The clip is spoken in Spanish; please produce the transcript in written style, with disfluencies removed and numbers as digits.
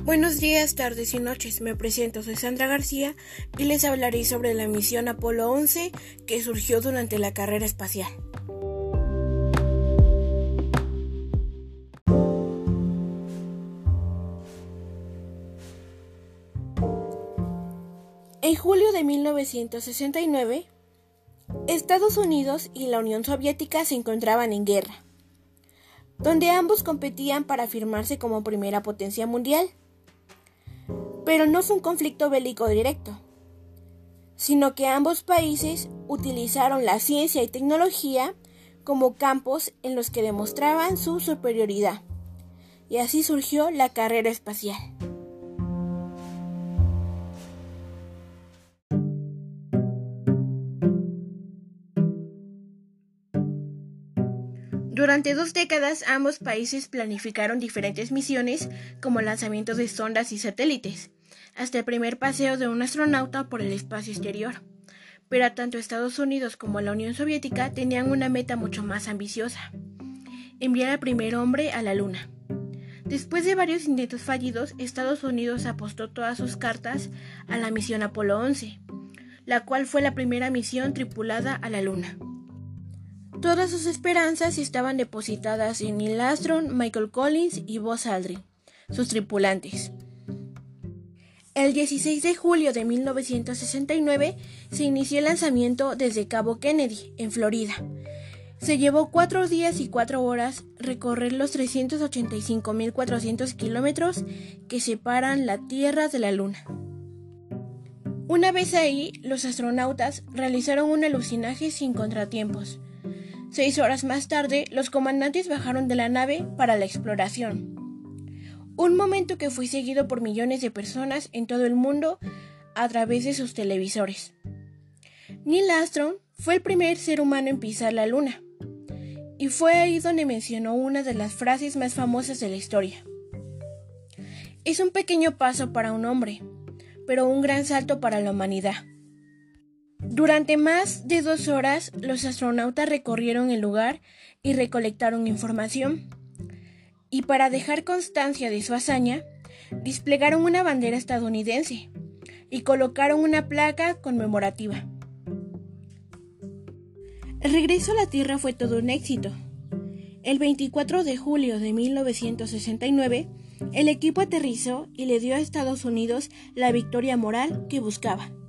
Buenos días, tardes y noches. Me presento, soy Sandra García y les hablaré sobre la misión Apolo 11 que surgió durante la carrera espacial. En julio de 1969, Estados Unidos y la Unión Soviética se encontraban en guerra, donde ambos competían para afirmarse como primera potencia mundial. Pero no fue un conflicto bélico directo, sino que ambos países utilizaron la ciencia y tecnología como campos en los que demostraban su superioridad, y así surgió la carrera espacial. Durante 2 décadas, ambos países planificaron diferentes misiones como lanzamientos de sondas y satélites, hasta el primer paseo de un astronauta por el espacio exterior. Pero tanto Estados Unidos como la Unión Soviética tenían una meta mucho más ambiciosa: enviar al primer hombre a la Luna. Después de varios intentos fallidos, Estados Unidos apostó todas sus cartas a la misión Apolo 11, la cual fue la primera misión tripulada a la Luna. Todas sus esperanzas estaban depositadas en Neil Armstrong, Michael Collins y Buzz Aldrin, sus tripulantes. El 16 de julio de 1969 se inició el lanzamiento desde Cabo Kennedy, en Florida. Se llevó 4 días y 4 horas recorrer los 385.400 kilómetros que separan la Tierra de la Luna. Una vez ahí, los astronautas realizaron un alunizaje sin contratiempos. 6 horas más tarde, los comandantes bajaron de la nave para la exploración. Un momento que fue seguido por millones de personas en todo el mundo a través de sus televisores. Neil Armstrong fue el primer ser humano en pisar la Luna, y fue ahí donde mencionó una de las frases más famosas de la historia. Es un pequeño paso para un hombre, pero un gran salto para la humanidad. Durante más de 2 horas, los astronautas recorrieron el lugar y recolectaron información. Y para dejar constancia de su hazaña, desplegaron una bandera estadounidense y colocaron una placa conmemorativa. El regreso a la Tierra fue todo un éxito. El 24 de julio de 1969, el equipo aterrizó y le dio a Estados Unidos la victoria moral que buscaba.